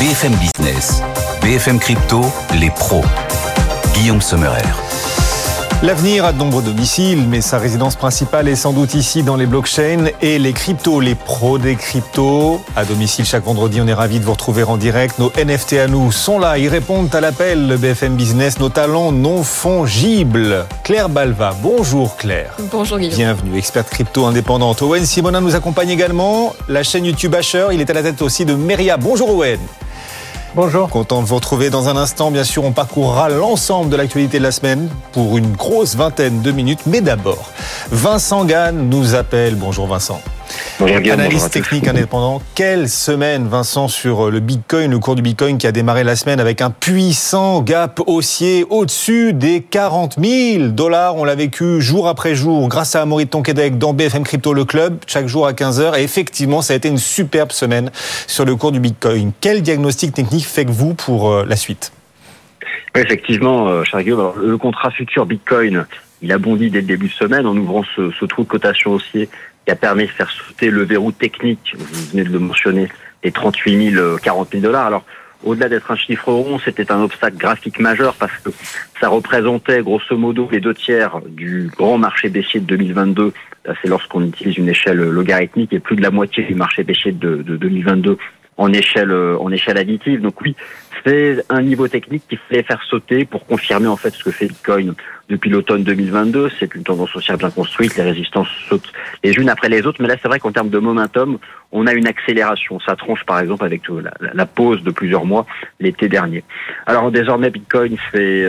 BFM Business, BFM Crypto, les pros. Guillaume Sommerer. L'avenir a de nombreux domiciles, mais sa résidence principale est sans doute ici dans les blockchains et les cryptos, les pros des cryptos. À domicile chaque vendredi, on est ravis de vous retrouver en direct. Nos NFT à nous sont là, ils répondent à l'appel de BFM Business, nos talents non fongibles. Claire Balva, bonjour Claire. Bonjour Guillaume. Bienvenue, experte crypto indépendante. Owen Simonin nous accompagne également, la chaîne YouTube Asher, il est à la tête aussi de Meria. Bonjour Owen. Bonjour. Content de vous retrouver dans un instant. Bien sûr, on parcourra l'ensemble de l'actualité de la semaine pour une grosse vingtaine de minutes. Mais d'abord, Vincent Gane nous appelle. Bonjour Vincent. Bonjour Guillaume. Analyste technique indépendant. Quelle semaine Vincent sur le Bitcoin, le cours du Bitcoin qui a démarré la semaine avec un puissant gap haussier au-dessus des 40 000 $. On l'a vécu jour après jour grâce à Amaury de Tonquédec dans BFM Crypto le Club, chaque jour à 15h. Et effectivement, ça a été une superbe semaine sur le cours du Bitcoin. Quel diagnostic technique faites-vous pour la suite ? Oui, effectivement, cher Guillaume, alors, le contrat futur Bitcoin, il a bondi dès le début de semaine en ouvrant ce trou de cotation haussier qui a permis de faire sauter le verrou technique, vous venez de le mentionner, les 38 000, 40 000 $. Alors, au-delà d'être un chiffre rond, c'était un obstacle graphique majeur parce que ça représentait grosso modo les 2/3 du grand marché baissier de 2022. Là, c'est lorsqu'on utilise une échelle logarithmique et plus de la moitié du marché baissier de 2022 en échelle additive. Donc oui, c'est un niveau technique qu'il fallait faire sauter pour confirmer en fait ce que fait Bitcoin depuis l'automne 2022. C'est une tendance haussière bien construite, les résistances sautent les unes après les autres, mais là c'est vrai qu'en termes de momentum, on a une accélération. Ça tranche par exemple avec la pause de plusieurs mois l'été dernier. Alors désormais Bitcoin fait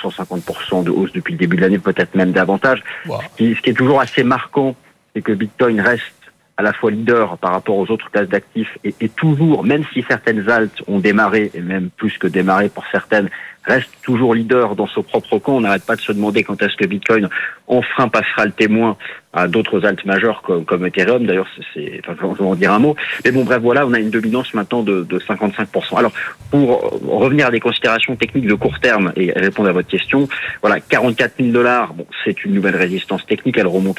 150% de hausse depuis le début de l'année, peut-être même davantage. Wow. Ce qui est toujours assez marquant, c'est que Bitcoin reste à la fois leader par rapport aux autres classes d'actifs et toujours, même si certaines alts ont démarré, et même plus que démarré pour certaines, reste toujours leader dans son propre camp. On n'arrête pas de se demander quand est-ce que Bitcoin enfin passera le témoin à d'autres alts majeures comme Ethereum. D'ailleurs, je vais en dire un mot. Mais bon, bref, voilà, on a une dominance maintenant de 55%. Alors, pour revenir à des considérations techniques de court terme et répondre à votre question, voilà, 44 000 $, bon, c'est une nouvelle résistance technique. Elle remonte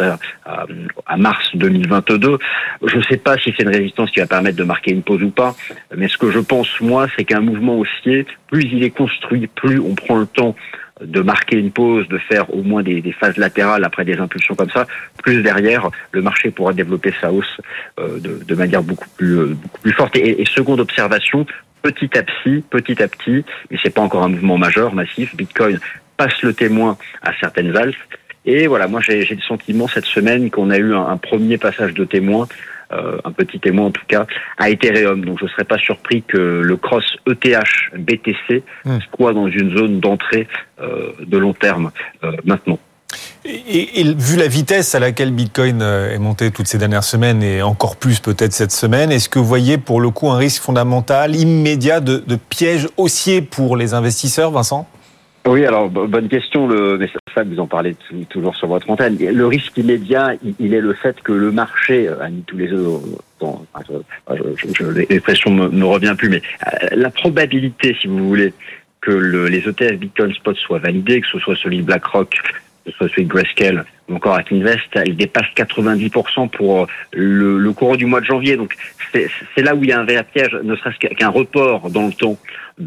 à mars 2022. Je ne sais pas si c'est une résistance qui va permettre de marquer une pause ou pas. Mais ce que je pense, moi, c'est qu'un mouvement haussier, plus il est construit, plus on prend le temps de marquer une pause, de faire au moins des phases latérales après des impulsions comme ça, plus derrière, le marché pourra développer sa hausse de manière beaucoup plus forte. Et seconde observation, petit à petit, mais c'est pas encore un mouvement majeur, massif, Bitcoin passe le témoin à certaines alphes. Et voilà, moi j'ai le sentiment cette semaine qu'on a eu un premier passage de témoin, un petit témoin en tout cas, à Ethereum. Donc je ne serais pas surpris que le cross ETH-BTC soit dans une zone d'entrée de long terme maintenant. Et vu la vitesse à laquelle Bitcoin est monté toutes ces dernières semaines et encore plus peut-être cette semaine, est-ce que vous voyez pour le coup un risque fondamental, immédiat de piège haussier pour les investisseurs, Vincent ? Oui, alors bonne question, mais ça vous en parlez toujours sur votre antenne. Le risque immédiat, il est le fait que le marché a mis tous les œufs dans, l'expression me revient plus, mais la probabilité, si vous voulez, que les ETF Bitcoin Spot soient validés, que ce soit celui de BlackRock, que ce soit celui de Grayscale ou encore ActInvest, il dépasse 90% pour le courant du mois de janvier. Donc c'est là où il y a un vrai piège, ne serait-ce qu'un report dans le temps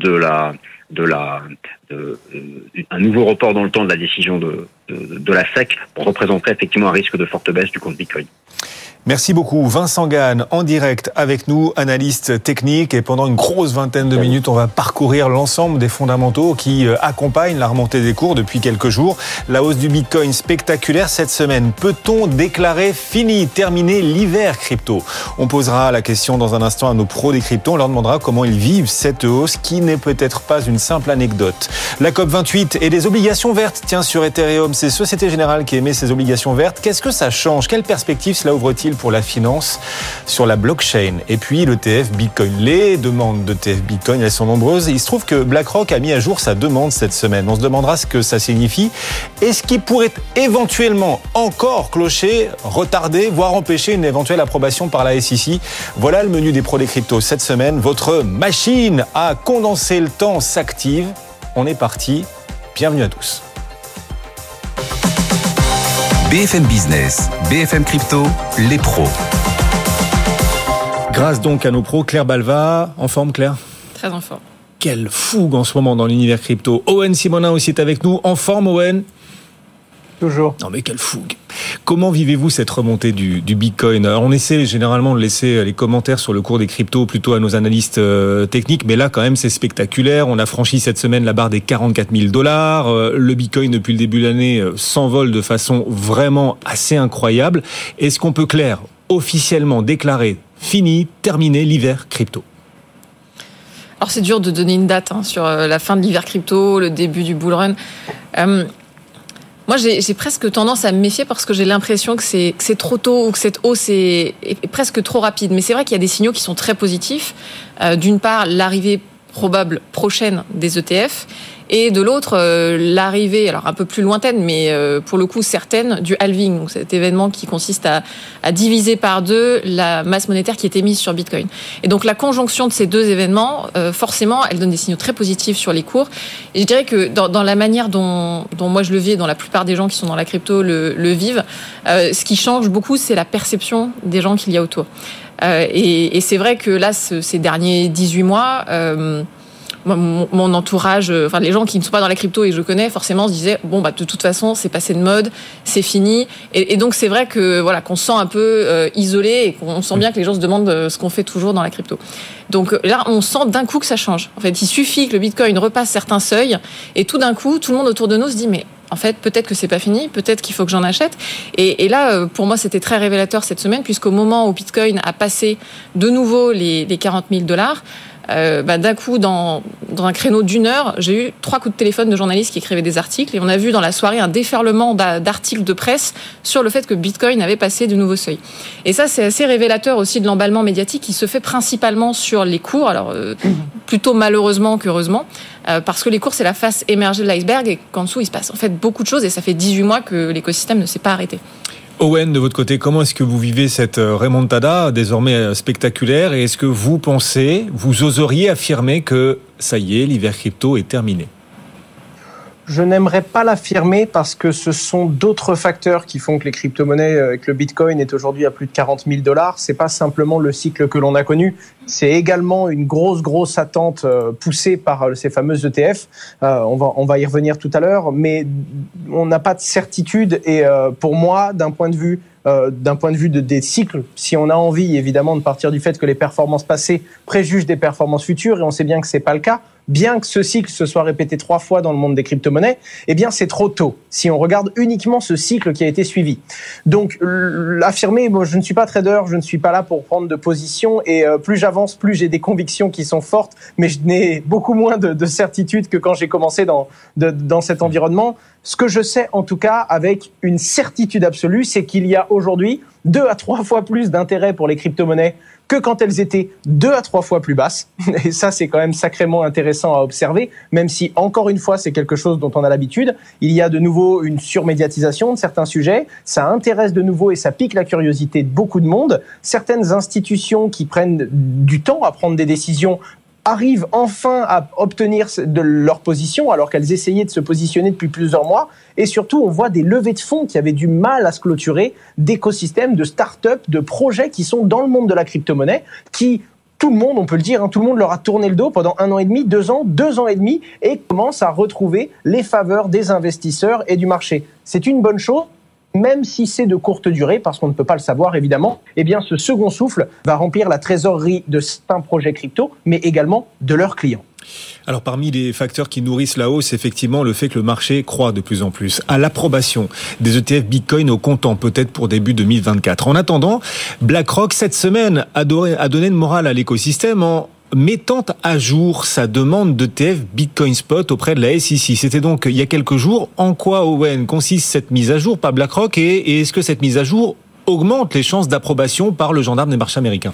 un nouveau report dans le temps de la décision de la SEC représenterait effectivement un risque de forte baisse du cours de Bitcoin. Merci beaucoup. Vincent Gane en direct avec nous, analyste technique. Et pendant une grosse vingtaine de minutes, on va parcourir l'ensemble des fondamentaux qui accompagnent la remontée des cours depuis quelques jours. La hausse du Bitcoin spectaculaire cette semaine. Peut-on déclarer fini, terminer l'hiver crypto ? On posera la question dans un instant à nos pros des cryptos. On leur demandera comment ils vivent cette hausse qui n'est peut-être pas une simple anecdote. La COP28 et des obligations vertes. Tiens, sur Ethereum, c'est Société Générale qui émet ces obligations vertes. Qu'est-ce que ça change ? Quelle perspective cela ouvre-t-il pour la finance sur la blockchain? Et puis l'ETF Bitcoin. Les demandes d'ETF Bitcoin, elles sont nombreuses. Et il se trouve que BlackRock a mis à jour sa demande cette semaine. On se demandera ce que ça signifie et ce qui pourrait éventuellement encore clocher, retarder, voire empêcher une éventuelle approbation par la SEC. Voilà le menu des pros des cryptos cette semaine. Votre machine à condenser le temps s'active. On est parti. Bienvenue à tous. BFM Business, BFM Crypto, les pros. Grâce donc à nos pros, Claire Balva, en forme Claire ? Très en forme. Quelle fougue en ce moment dans l'univers crypto. Owen Simonin aussi est avec nous. En forme, Owen? Toujours. Non mais quelle fougue. Comment vivez-vous cette remontée du Bitcoin? Alors, on essaie généralement de laisser les commentaires sur le cours des cryptos plutôt à nos analystes techniques, mais là quand même c'est spectaculaire. On a franchi cette semaine la barre des 44 000 $. Le Bitcoin depuis le début de l'année s'envole de façon vraiment assez incroyable. Est-ce qu'on peut officiellement déclarer fini, terminé l'hiver crypto? Alors c'est dur de donner une date sur la fin de l'hiver crypto, le début du bull run. Moi, j'ai presque tendance à me méfier parce que j'ai l'impression que c'est trop tôt ou que cette hausse est presque trop rapide. Mais c'est vrai qu'il y a des signaux qui sont très positifs. D'une part, l'arrivée probable prochaine des ETF. Et de l'autre, l'arrivée, alors un peu plus lointaine, mais pour le coup certaine, du halving. Donc cet événement qui consiste à diviser par 2 la masse monétaire qui est émise sur Bitcoin. Et donc la conjonction de ces 2 événements, forcément, elle donne des signaux très positifs sur les cours. Et je dirais que dans la manière dont moi je le vis et dont la plupart des gens qui sont dans la crypto le vivent, ce qui change beaucoup, c'est la perception des gens qu'il y a autour. Et c'est vrai que là, ces derniers 18 mois... mon entourage, enfin les gens qui ne sont pas dans la crypto et je connais, forcément se disaient de toute façon c'est passé de mode, c'est fini. Et donc c'est vrai que qu'on se sent un peu isolé et qu'on sent bien que les gens se demandent ce qu'on fait toujours dans la crypto. Donc là on sent d'un coup que ça change. En fait, il suffit que le Bitcoin repasse certains seuils et tout d'un coup tout le monde autour de nous se dit mais en fait, peut-être que c'est pas fini, peut-être qu'il faut que j'en achète. Et là, pour moi, c'était très révélateur cette semaine, puisqu'au moment où Bitcoin a passé de nouveau les 40 000 $, d'un coup, dans un créneau d'1 heure, j'ai eu 3 coups de téléphone de journalistes qui écrivaient des articles, et on a vu dans la soirée un déferlement d'articles de presse sur le fait que Bitcoin avait passé de nouveaux seuils. Et ça, c'est assez révélateur aussi de l'emballement médiatique qui se fait principalement sur les cours, alors plutôt malheureusement qu'heureusement, parce que les cours, c'est la face émergée de l'iceberg, et qu'en dessous, il se passe en fait beaucoup de choses, et ça fait 18 mois que l'écosystème ne s'est pas arrêté. Owen, de votre côté, comment est-ce que vous vivez cette remontada désormais spectaculaire, et est-ce que vous oseriez affirmer que ça y est, l'hiver crypto est terminé? Je n'aimerais pas l'affirmer parce que ce sont d'autres facteurs qui font que les crypto-monnaies, que le Bitcoin est aujourd'hui à plus de 40 000 $. C'est pas simplement le cycle que l'on a connu. C'est également une grosse attente poussée par ces fameuses ETF. On va y revenir tout à l'heure, mais on n'a pas de certitude. Et pour moi, d'un point de vue des cycles, si on a envie évidemment de partir du fait que les performances passées préjugent des performances futures, et on sait bien que c'est pas le cas, bien que ce cycle se soit répété 3 fois dans le monde des crypto-monnaies, eh bien c'est trop tôt si on regarde uniquement ce cycle qui a été suivi. Donc affirmer, je ne suis pas trader, je ne suis pas là pour prendre de position, et plus j'avance, plus j'ai des convictions qui sont fortes, mais je n'ai beaucoup moins de certitude que quand j'ai commencé dans cet environnement. Ce que je sais en tout cas avec une certitude absolue, c'est qu'il y a aujourd'hui 2 à 3 fois plus d'intérêt pour les crypto-monnaies que quand elles étaient 2 à 3 fois plus basses. Et ça, c'est quand même sacrément intéressant à observer, même si, encore une fois, c'est quelque chose dont on a l'habitude. Il y a de nouveau une surmédiatisation de certains sujets. Ça intéresse de nouveau et ça pique la curiosité de beaucoup de monde. Certaines institutions qui prennent du temps à prendre des décisions arrivent enfin à obtenir de leur position alors qu'elles essayaient de se positionner depuis plusieurs mois. Et surtout, on voit des levées de fonds qui avaient du mal à se clôturer, d'écosystèmes, de start-up, de projets qui sont dans le monde de la crypto-monnaie, qui, tout le monde, on peut le dire, tout le monde leur a tourné le dos pendant 1 an et demi, 2 ans, 2 ans et demi, et commence à retrouver les faveurs des investisseurs et du marché. C'est une bonne chose, même si c'est de courte durée, parce qu'on ne peut pas le savoir évidemment. Eh bien, ce second souffle va remplir la trésorerie de certains projets crypto, mais également de leurs clients. Alors parmi les facteurs qui nourrissent la hausse, effectivement, le fait que le marché croît de plus en plus à l'approbation des ETF Bitcoin au comptant, peut-être pour début 2024. En attendant, BlackRock, cette semaine, a donné une morale à l'écosystème en mettant à jour sa demande d'ETF Bitcoin Spot auprès de la SEC. C'était donc il y a quelques jours. En quoi, Owen, consiste cette mise à jour par BlackRock, et est-ce que cette mise à jour augmente les chances d'approbation par le gendarme des marchés américains?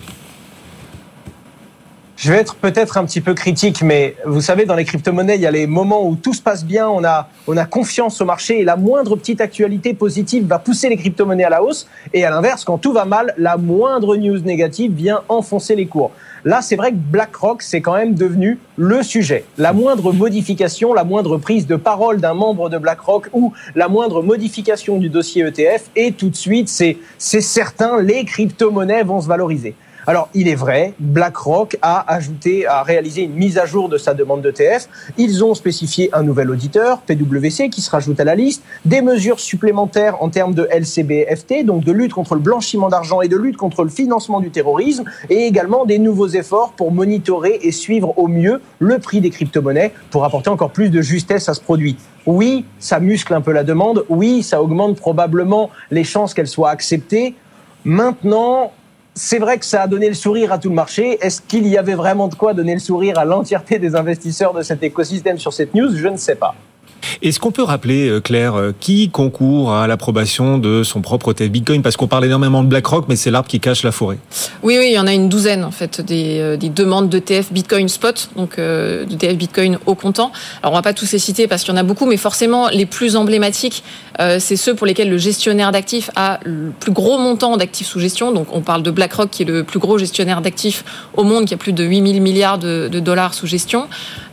Je vais être peut-être un petit peu critique, mais vous savez, dans les crypto-monnaies, il y a les moments où tout se passe bien, on a confiance au marché, et la moindre petite actualité positive va pousser les crypto-monnaies à la hausse. Et à l'inverse, quand tout va mal, la moindre news négative vient enfoncer les cours. Là, c'est vrai que BlackRock, c'est quand même devenu le sujet. La moindre modification, la moindre prise de parole d'un membre de BlackRock ou la moindre modification du dossier ETF, et tout de suite, c'est certain, les crypto-monnaies vont se valoriser. Alors, il est vrai, BlackRock a réalisé une mise à jour de sa demande d'ETF. Ils ont spécifié un nouvel auditeur, PwC, qui se rajoute à la liste, des mesures supplémentaires en termes de LCB-FT, donc de lutte contre le blanchiment d'argent et de lutte contre le financement du terrorisme, et également des nouveaux efforts pour monitorer et suivre au mieux le prix des crypto-monnaies pour apporter encore plus de justesse à ce produit. Oui, ça muscle un peu la demande. Oui, ça augmente probablement les chances qu'elle soit acceptée. Maintenant, c'est vrai que ça a donné le sourire à tout le marché. Est-ce qu'il y avait vraiment de quoi donner le sourire à l'entièreté des investisseurs de cet écosystème sur cette news ? Je ne sais pas. Est-ce qu'on peut rappeler, Claire, qui concourt à l'approbation de son propre ETF Bitcoin ? Parce qu'on parle énormément de BlackRock, mais c'est l'arbre qui cache la forêt. Oui, il y en a une douzaine, en fait, des demandes d'ETF Bitcoin Spot, donc d'ETF Bitcoin au comptant. Alors, on va pas tous les citer parce qu'il y en a beaucoup, mais forcément, les plus emblématiques, c'est ceux pour lesquels le gestionnaire d'actifs a le plus gros montant d'actifs sous gestion. Donc, on parle de BlackRock, qui est le plus gros gestionnaire d'actifs au monde, qui a plus de 8 000 milliards de dollars sous gestion.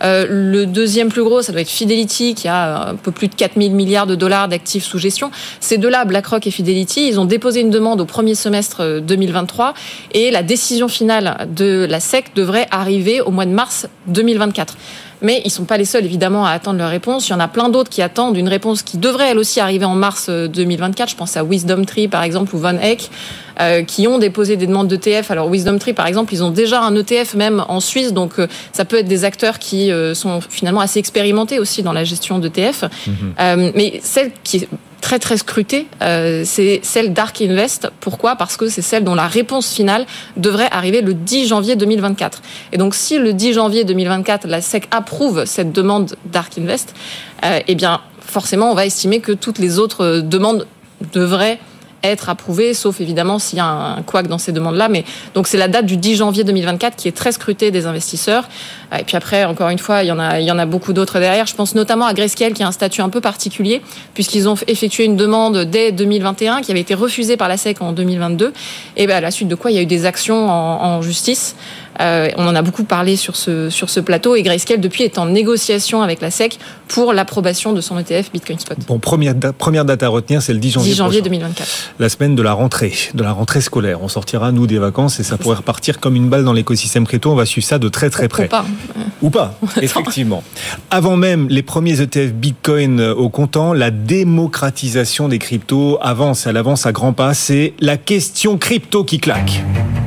Le deuxième plus gros, ça doit être Fidelity, qui a un peu plus de 4 000 milliards de dollars d'actifs sous gestion. Ces deux-là, BlackRock et Fidelity, ils ont déposé une demande au premier semestre 2023 et la décision finale de la SEC devrait arriver au mois de mars 2024. Mais ils ne sont pas les seuls, évidemment, à attendre leur réponse. Il y en a plein d'autres qui attendent une réponse qui devrait, elle aussi, arriver en mars 2024. Je pense à WisdomTree, par exemple, ou Von Eck, qui ont déposé des demandes d'ETF. Alors, WisdomTree, par exemple, ils ont déjà un ETF même en Suisse. Donc, ça peut être des acteurs qui sont finalement assez expérimentés aussi dans la gestion d'ETF. Mais celle qui est très très scrutée, c'est celle d'Ark Invest. Pourquoi ? Parce que c'est celle dont la réponse finale devrait arriver le 10 janvier 2024. Et donc si le 10 janvier 2024, la SEC approuve cette demande d'Ark Invest, eh bien forcément on va estimer que toutes les autres demandes devraient être approuvées, sauf évidemment s'il y a un couac dans ces demandes-là. Mais donc c'est la date du 10 janvier 2024 qui est très scrutée des investisseurs. Et puis après, encore une fois, il y en a beaucoup d'autres derrière. Je pense notamment à Grayscale qui a un statut un peu particulier puisqu'ils ont effectué une demande dès 2021 qui avait été refusée par la SEC en 2022. Et à la suite de quoi il y a eu des actions en justice. On en a beaucoup parlé sur ce plateau et Grayscale depuis est en négociation avec la SEC pour l'approbation de son ETF Bitcoin Spot. Bon, première date à retenir, c'est le 10 janvier. 10 janvier 2024. La semaine de la rentrée scolaire. On sortira, nous, des vacances et ça pourrait repartir comme une balle dans l'écosystème crypto. On va suivre ça de très très près. Ou pas, effectivement. Avant même les premiers ETF Bitcoin au comptant, la démocratisation des cryptos avance. Elle avance à grands pas. C'est la question crypto qui claque.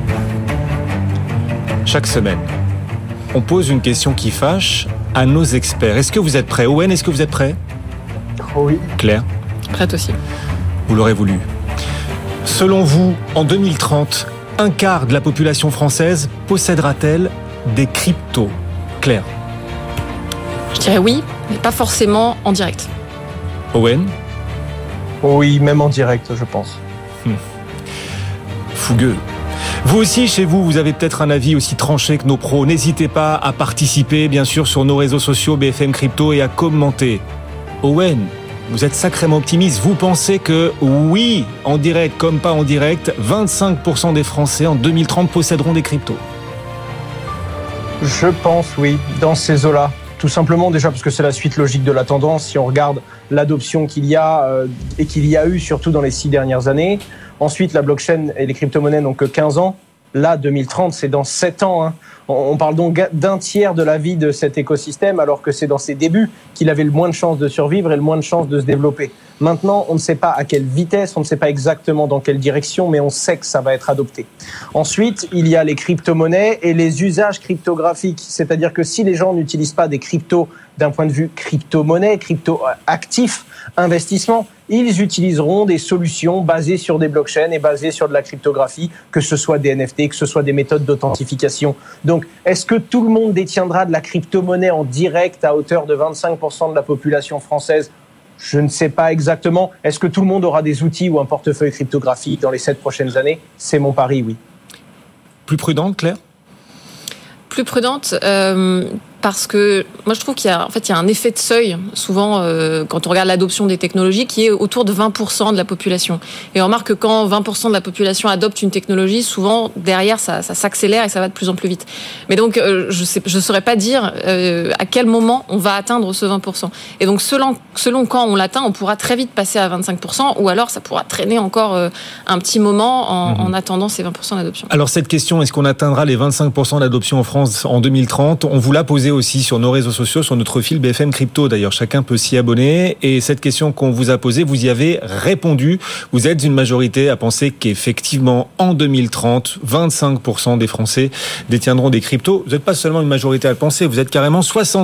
Chaque semaine, on pose une question qui fâche à nos experts. Est-ce que vous êtes prêts ? Owen, est-ce que vous êtes prêts ? Oui. Claire ? Prête aussi. Vous l'aurez voulu. Selon vous, en 2030, un quart de la population française possédera-t-elle des cryptos ? Claire ? Je dirais oui, mais pas forcément en direct. Owen ? Oui, même en direct, je pense. Fougueux. Vous aussi, chez vous, vous avez peut-être un avis aussi tranché que nos pros. N'hésitez pas à participer, bien sûr, sur nos réseaux sociaux BFM Crypto et à commenter. Owen, vous êtes sacrément optimiste. Vous pensez que oui, en direct comme pas en direct, 25% des Français en 2030 posséderont des cryptos. Je pense, oui, dans ces eaux-là. Tout simplement déjà parce que c'est la suite logique de la tendance. Si on regarde l'adoption qu'il y a et qu'il y a eu surtout dans les 6 dernières années. Ensuite, la blockchain et les crypto-monnaies n'ont que 15 ans. Là, 2030, c'est dans 7 ans. On parle donc d'un tiers de la vie de cet écosystème, alors que c'est dans ses débuts qu'il avait le moins de chances de survivre et le moins de chances de se développer. Maintenant, on ne sait pas à quelle vitesse, on ne sait pas exactement dans quelle direction, mais on sait que ça va être adopté. Ensuite, il y a les crypto-monnaies et les usages cryptographiques. C'est-à-dire que si les gens n'utilisent pas des cryptos d'un point de vue crypto-monnaie, crypto-actif, investissement, ils utiliseront des solutions basées sur des blockchains et basées sur de la cryptographie, que ce soit des NFT, que ce soit des méthodes d'authentification. Donc, est-ce que tout le monde détiendra de la crypto-monnaie en direct à hauteur de 25% de la population française ? Je ne sais pas exactement. Est-ce que tout le monde aura des outils ou un portefeuille cryptographique dans les 7 prochaines années ? C'est mon pari, oui. Plus prudente, Claire ? Plus prudente, parce que moi je trouve qu'il y a un effet de seuil souvent quand on regarde l'adoption des technologies qui est autour de 20% de la population. Et on remarque que quand 20% de la population adopte une technologie, souvent derrière ça s'accélère et ça va de plus en plus vite. Mais donc je saurais pas dire à quel moment on va atteindre ce 20%. Et donc selon quand on l'atteint, on pourra très vite passer à 25% ou alors ça pourra traîner encore un petit moment en attendant ces 20% d'adoption. Alors cette question, est-ce qu'on atteindra les 25% d'adoption en France en 2030 ? On vous l'a posée aussi sur nos réseaux sociaux, sur notre fil BFM Crypto. D'ailleurs, chacun peut s'y abonner. Et cette question qu'on vous a posée, vous y avez répondu. Vous êtes une majorité à penser qu'effectivement, en 2030, 25% des Français détiendront des cryptos. Vous n'êtes pas seulement une majorité à le penser, vous êtes carrément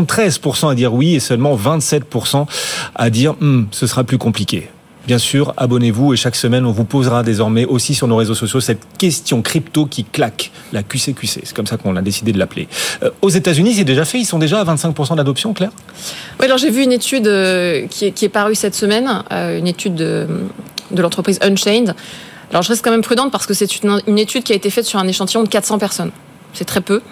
73% à dire oui et seulement 27% à dire ce sera plus compliqué. Bien sûr, abonnez-vous et chaque semaine, on vous posera désormais aussi sur nos réseaux sociaux cette question crypto qui claque, la QCQC. C'est comme ça qu'on a décidé de l'appeler. Aux États-Unis, c'est déjà fait. Ils sont déjà à 25% d'adoption, Claire ? Oui, alors j'ai vu une étude qui est parue cette semaine, une étude de l'entreprise Unchained. Alors je reste quand même prudente parce que c'est une étude qui a été faite sur un échantillon de 400 personnes. C'est très peu.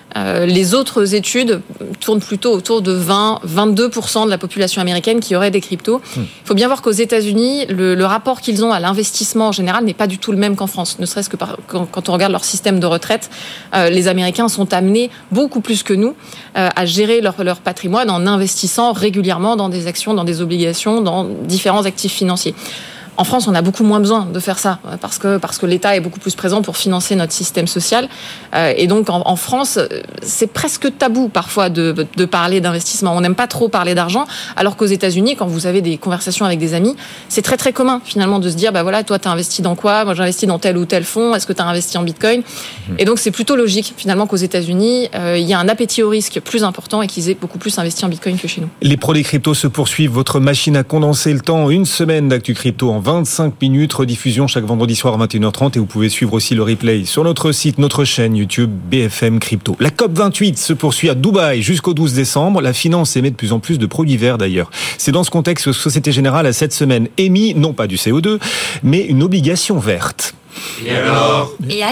Les autres études tournent plutôt autour de 20-22% de la population américaine qui aurait des cryptos. Il faut bien voir qu'aux États-Unis, le rapport qu'ils ont à l'investissement en général n'est pas du tout le même qu'en France. Ne serait-ce que quand on regarde leur système de retraite, les Américains sont amenés beaucoup plus que nous à gérer leur patrimoine en investissant régulièrement dans des actions, dans des obligations, dans différents actifs financiers. En France, on a beaucoup moins besoin de faire ça parce que l'État est beaucoup plus présent pour financer notre système social. Et donc, en France, c'est presque tabou parfois de parler d'investissement. On n'aime pas trop parler d'argent, alors qu'aux États-Unis, quand vous avez des conversations avec des amis, c'est très très commun finalement de se dire, bah voilà, toi, t'as investi dans quoi ? Moi, j'ai investi dans tel ou tel fonds. Est-ce que t'as investi en Bitcoin ? Et donc, c'est plutôt logique finalement qu'aux États-Unis, il y a un appétit au risque plus important et qu'ils aient beaucoup plus investi en Bitcoin que chez nous. Les pros des cryptos se poursuivent. Votre machine à condenser le temps. Une semaine d'actu crypto en 25 minutes, rediffusion chaque vendredi soir à 21h30 et vous pouvez suivre aussi le replay sur notre site, notre chaîne YouTube BFM Crypto. La COP28 se poursuit à Dubaï jusqu'au 12 décembre. La finance émet de plus en plus de produits verts d'ailleurs. C'est dans ce contexte que Société Générale a cette semaine émis, non pas du CO2, mais une obligation verte. Et alors ?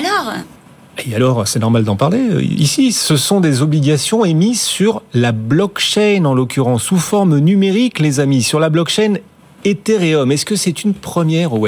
Et alors, c'est normal d'en parler. Ici, ce sont des obligations émises sur la blockchain, en l'occurrence, sous forme numérique, les amis, sur la blockchain Ethereum. Est-ce que c'est une première, Owen ?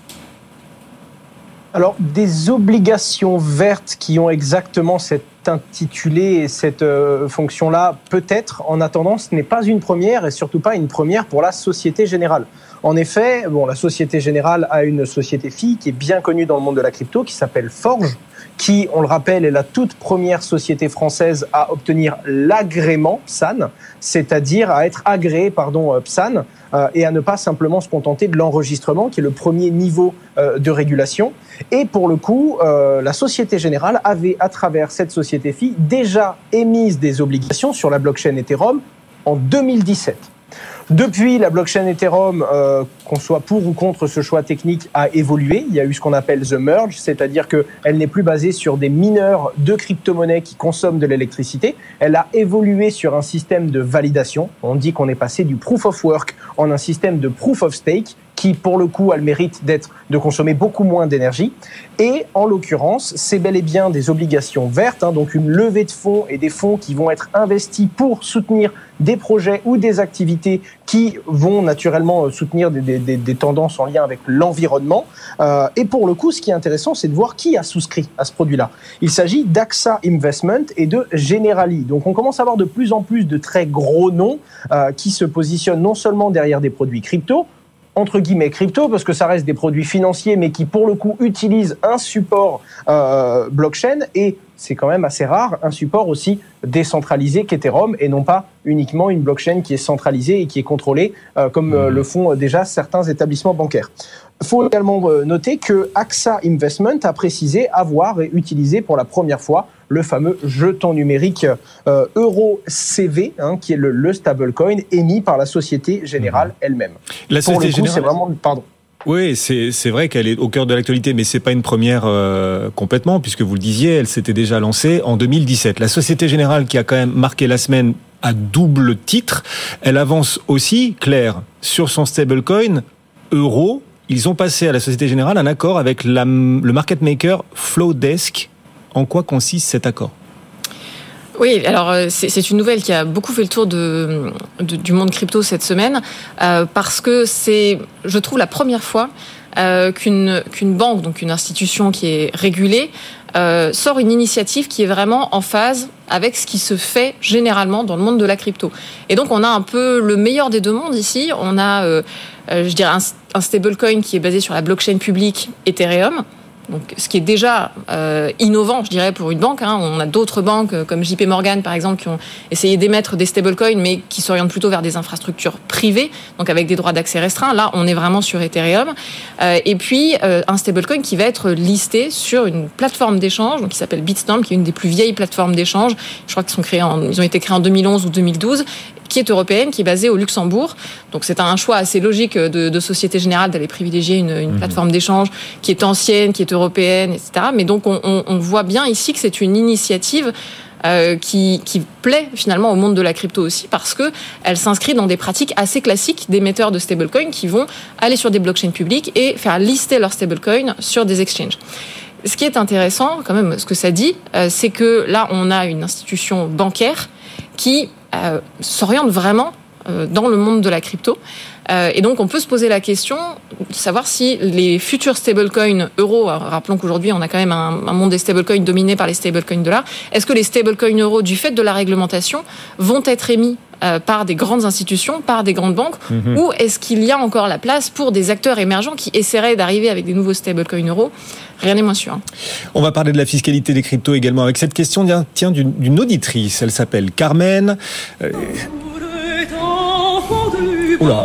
Alors, des obligations vertes qui ont exactement cet intitulé et cette fonction-là, peut-être. En attendant, ce n'est pas une première et surtout pas une première pour la Société Générale. En effet, la Société Générale a une société fille qui est bien connue dans le monde de la crypto, qui s'appelle Forge, qui, on le rappelle, est la toute première société française à obtenir l'agrément PSAN, c'est-à-dire à être agréée PSAN, et à ne pas simplement se contenter de l'enregistrement, qui est le premier niveau de régulation. Et pour le coup, la Société Générale avait, à travers cette société fille, déjà émise des obligations sur la blockchain Ethereum en 2017. Depuis, la blockchain Ethereum, qu'on soit pour ou contre ce choix technique, a évolué. Il y a eu ce qu'on appelle the merge, c'est-à-dire qu'elle n'est plus basée sur des mineurs de crypto-monnaies qui consomment de l'électricité. Elle a évolué sur un système de validation. On dit qu'on est passé du proof of work en un système de proof of stake, qui, pour le coup, a le mérite de consommer beaucoup moins d'énergie. Et, en l'occurrence, c'est bel et bien des obligations vertes, donc une levée de fonds et des fonds qui vont être investis pour soutenir des projets ou des activités qui vont naturellement soutenir des tendances en lien avec l'environnement. Et pour le coup, ce qui est intéressant, c'est de voir qui a souscrit à ce produit-là. Il s'agit d'AXA Investment et de Generali. Donc, on commence à avoir de plus en plus de très gros noms qui se positionnent non seulement derrière des produits crypto, entre guillemets crypto, parce que ça reste des produits financiers, mais qui pour le coup utilisent un support blockchain, et c'est quand même assez rare, un support aussi décentralisé qu'Ethereum, et non pas uniquement une blockchain qui est centralisée et qui est contrôlée, comme le font déjà certains établissements bancaires. Il faut également noter que AXA Investment a précisé avoir utilisé pour la première fois le fameux jeton numérique EuroCV, qui est le stablecoin émis par la Société Générale elle-même. La Société Générale, c'est vraiment... Pardon. Oui, c'est vrai qu'elle est au cœur de l'actualité, mais c'est pas une première complètement, puisque vous le disiez, elle s'était déjà lancée en 2017. La Société Générale, qui a quand même marqué la semaine à double titre, elle avance aussi, Claire, sur son stablecoin euro. Ils ont passé à la Société Générale un accord avec le market maker Flowdesk. En quoi consiste cet accord ? Oui, alors c'est une nouvelle qui a beaucoup fait le tour du monde crypto cette semaine, parce que c'est, je trouve, la première fois qu'une banque, donc une institution qui est régulée, sort une initiative qui est vraiment en phase avec ce qui se fait généralement dans le monde de la crypto. Et donc on a un peu le meilleur des deux mondes ici. On a, je dirais, un stablecoin qui est basé sur la blockchain publique Ethereum. Donc, ce qui est déjà innovant, je dirais, pour une banque. On a d'autres banques, comme JP Morgan, par exemple, qui ont essayé d'émettre des stablecoins, mais qui s'orientent plutôt vers des infrastructures privées, donc avec des droits d'accès restreints. Là, on est vraiment sur Ethereum. Et puis, un stablecoin qui va être listé sur une plateforme d'échange, donc qui s'appelle Bitstamp, qui est une des plus vieilles plateformes d'échange. Je crois qu'ils ont été créés en 2011 ou 2012. Qui est européenne, qui est basée au Luxembourg. Donc c'est un choix assez logique de Société Générale d'aller privilégier une plateforme d'échange qui est ancienne, qui est européenne, etc. Mais donc on voit bien ici que c'est une initiative qui plaît finalement au monde de la crypto aussi, parce que elle s'inscrit dans des pratiques assez classiques d'émetteurs de stablecoins qui vont aller sur des blockchains publiques et faire lister leurs stablecoins sur des exchanges. Ce qui est intéressant, quand même, ce que ça dit, c'est que là, on a une institution bancaire qui s'oriente vraiment dans le monde de la crypto. Et donc, on peut se poser la question de savoir si les futurs stablecoins euros, rappelons qu'aujourd'hui, on a quand même un monde des stablecoins dominé par les stablecoins dollars, est-ce que les stablecoins euros, du fait de la réglementation, vont être émis par des grandes institutions, par des grandes banques, ou est-ce qu'il y a encore la place pour des acteurs émergents qui essaieraient d'arriver avec des nouveaux stablecoins euros? Rien n'est moins sûr. On va parler de la fiscalité des cryptos également avec cette question d'une auditrice. Elle s'appelle Carmen. Oula.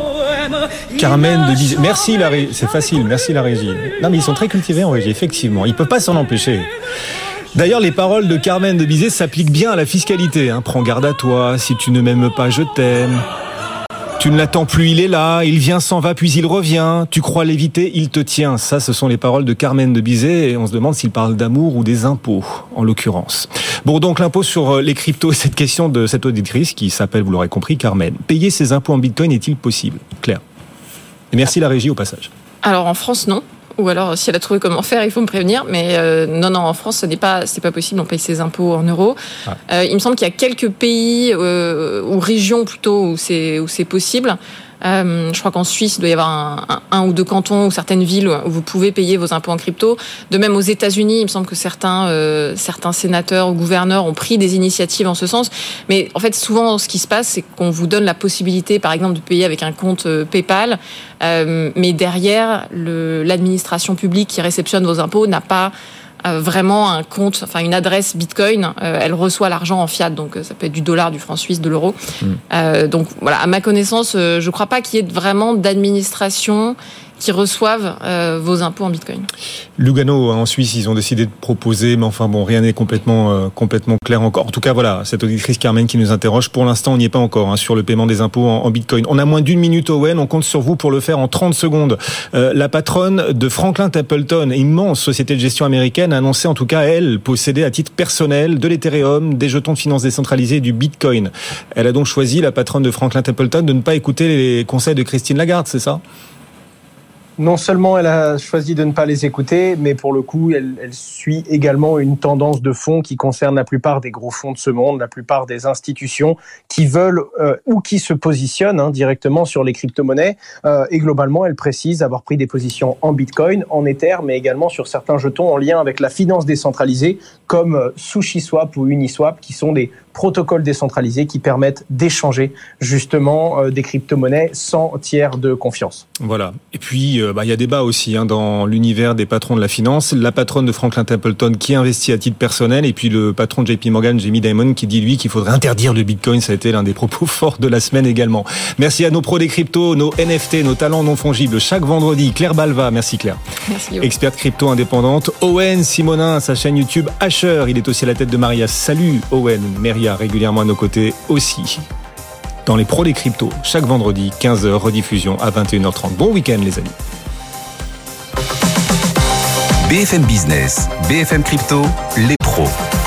Carmen de Bizet. Merci la régie. C'est facile, merci la régie. Non mais ils sont très cultivés en régie, effectivement. Ils ne peuvent pas s'en empêcher. D'ailleurs, les paroles de Carmen de Bizet s'appliquent bien à la fiscalité. Prends garde à toi, si tu ne m'aimes pas, je t'aime. Tu ne l'attends plus, il est là, il vient, s'en va, puis il revient. Tu crois l'éviter, il te tient. Ça, ce sont les paroles de Carmen de Bizet, et on se demande s'il parle d'amour ou des impôts, en l'occurrence. Bon, donc l'impôt sur les cryptos, cette question de cette auditrice qui s'appelle, vous l'aurez compris, Carmen. Payer ses impôts en bitcoin est-il possible? Claire. Et merci la régie au passage. Alors en France, non. Ou alors, si elle a trouvé comment faire, il faut me prévenir. Mais non, en France, c'est pas possible. On paye ses impôts en euros. Il me semble qu'il y a quelques pays ou régions plutôt où c'est possible. Je crois qu'en Suisse, il doit y avoir un ou deux cantons ou certaines villes où vous pouvez payer vos impôts en crypto. De même aux États-Unis, il me semble que certains sénateurs ou gouverneurs ont pris des initiatives en ce sens. Mais en fait, souvent, ce qui se passe, c'est qu'on vous donne la possibilité, par exemple, de payer avec un compte PayPal. Mais derrière, l'administration publique qui réceptionne vos impôts n'a pas vraiment un compte, enfin une adresse Bitcoin, elle reçoit l'argent en fiat, donc ça peut être du dollar, du franc suisse, de l'euro. Donc voilà, à ma connaissance, je crois pas qu'il y ait vraiment d'administration qui reçoivent vos impôts en Bitcoin. Lugano, en Suisse, ils ont décidé de proposer, mais enfin bon, rien n'est complètement clair encore. En tout cas, voilà, cette auditrice Carmen qui nous interroge. Pour l'instant, on n'y est pas encore sur le paiement des impôts en Bitcoin. On a moins d'une minute, Owen, on compte sur vous pour le faire en 30 secondes. La patronne de Franklin Templeton, immense société de gestion américaine, a annoncé en tout cas, elle, posséder à titre personnel de l'Ethereum, des jetons de finances décentralisés et du Bitcoin. Elle a donc choisi, la patronne de Franklin Templeton, de ne pas écouter les conseils de Christine Lagarde, c'est ça ? Non seulement elle a choisi de ne pas les écouter, mais pour le coup, elle suit également une tendance de fond qui concerne la plupart des gros fonds de ce monde, la plupart des institutions qui veulent ou qui se positionnent directement sur les crypto-monnaies. Et globalement, elle précise avoir pris des positions en Bitcoin, en Ether, mais également sur certains jetons en lien avec la finance décentralisée, comme SushiSwap ou Uniswap, qui sont des protocoles décentralisés qui permettent d'échanger justement des crypto-monnaies sans tiers de confiance. Voilà. Et puis, il y a débat aussi dans l'univers des patrons de la finance. La patronne de Franklin Templeton qui investit à titre personnel, et puis le patron de JP Morgan, Jamie Dimon, qui dit lui qu'il faudrait interdire le Bitcoin. Ça a été l'un des propos forts de la semaine également. Merci à nos pros des cryptos, nos NFT, nos talents non fongibles chaque vendredi. Claire Balva, merci Claire. Merci. Experte crypto indépendante. Owen Simonin, sa chaîne YouTube Asher. Il est aussi à la tête de Maria. Salut Owen. Maria régulièrement à nos côtés aussi. Dans les pros des cryptos, chaque vendredi, 15h, rediffusion à 21h30. Bon week-end les amis. BFM Business, BFM Crypto, les pros.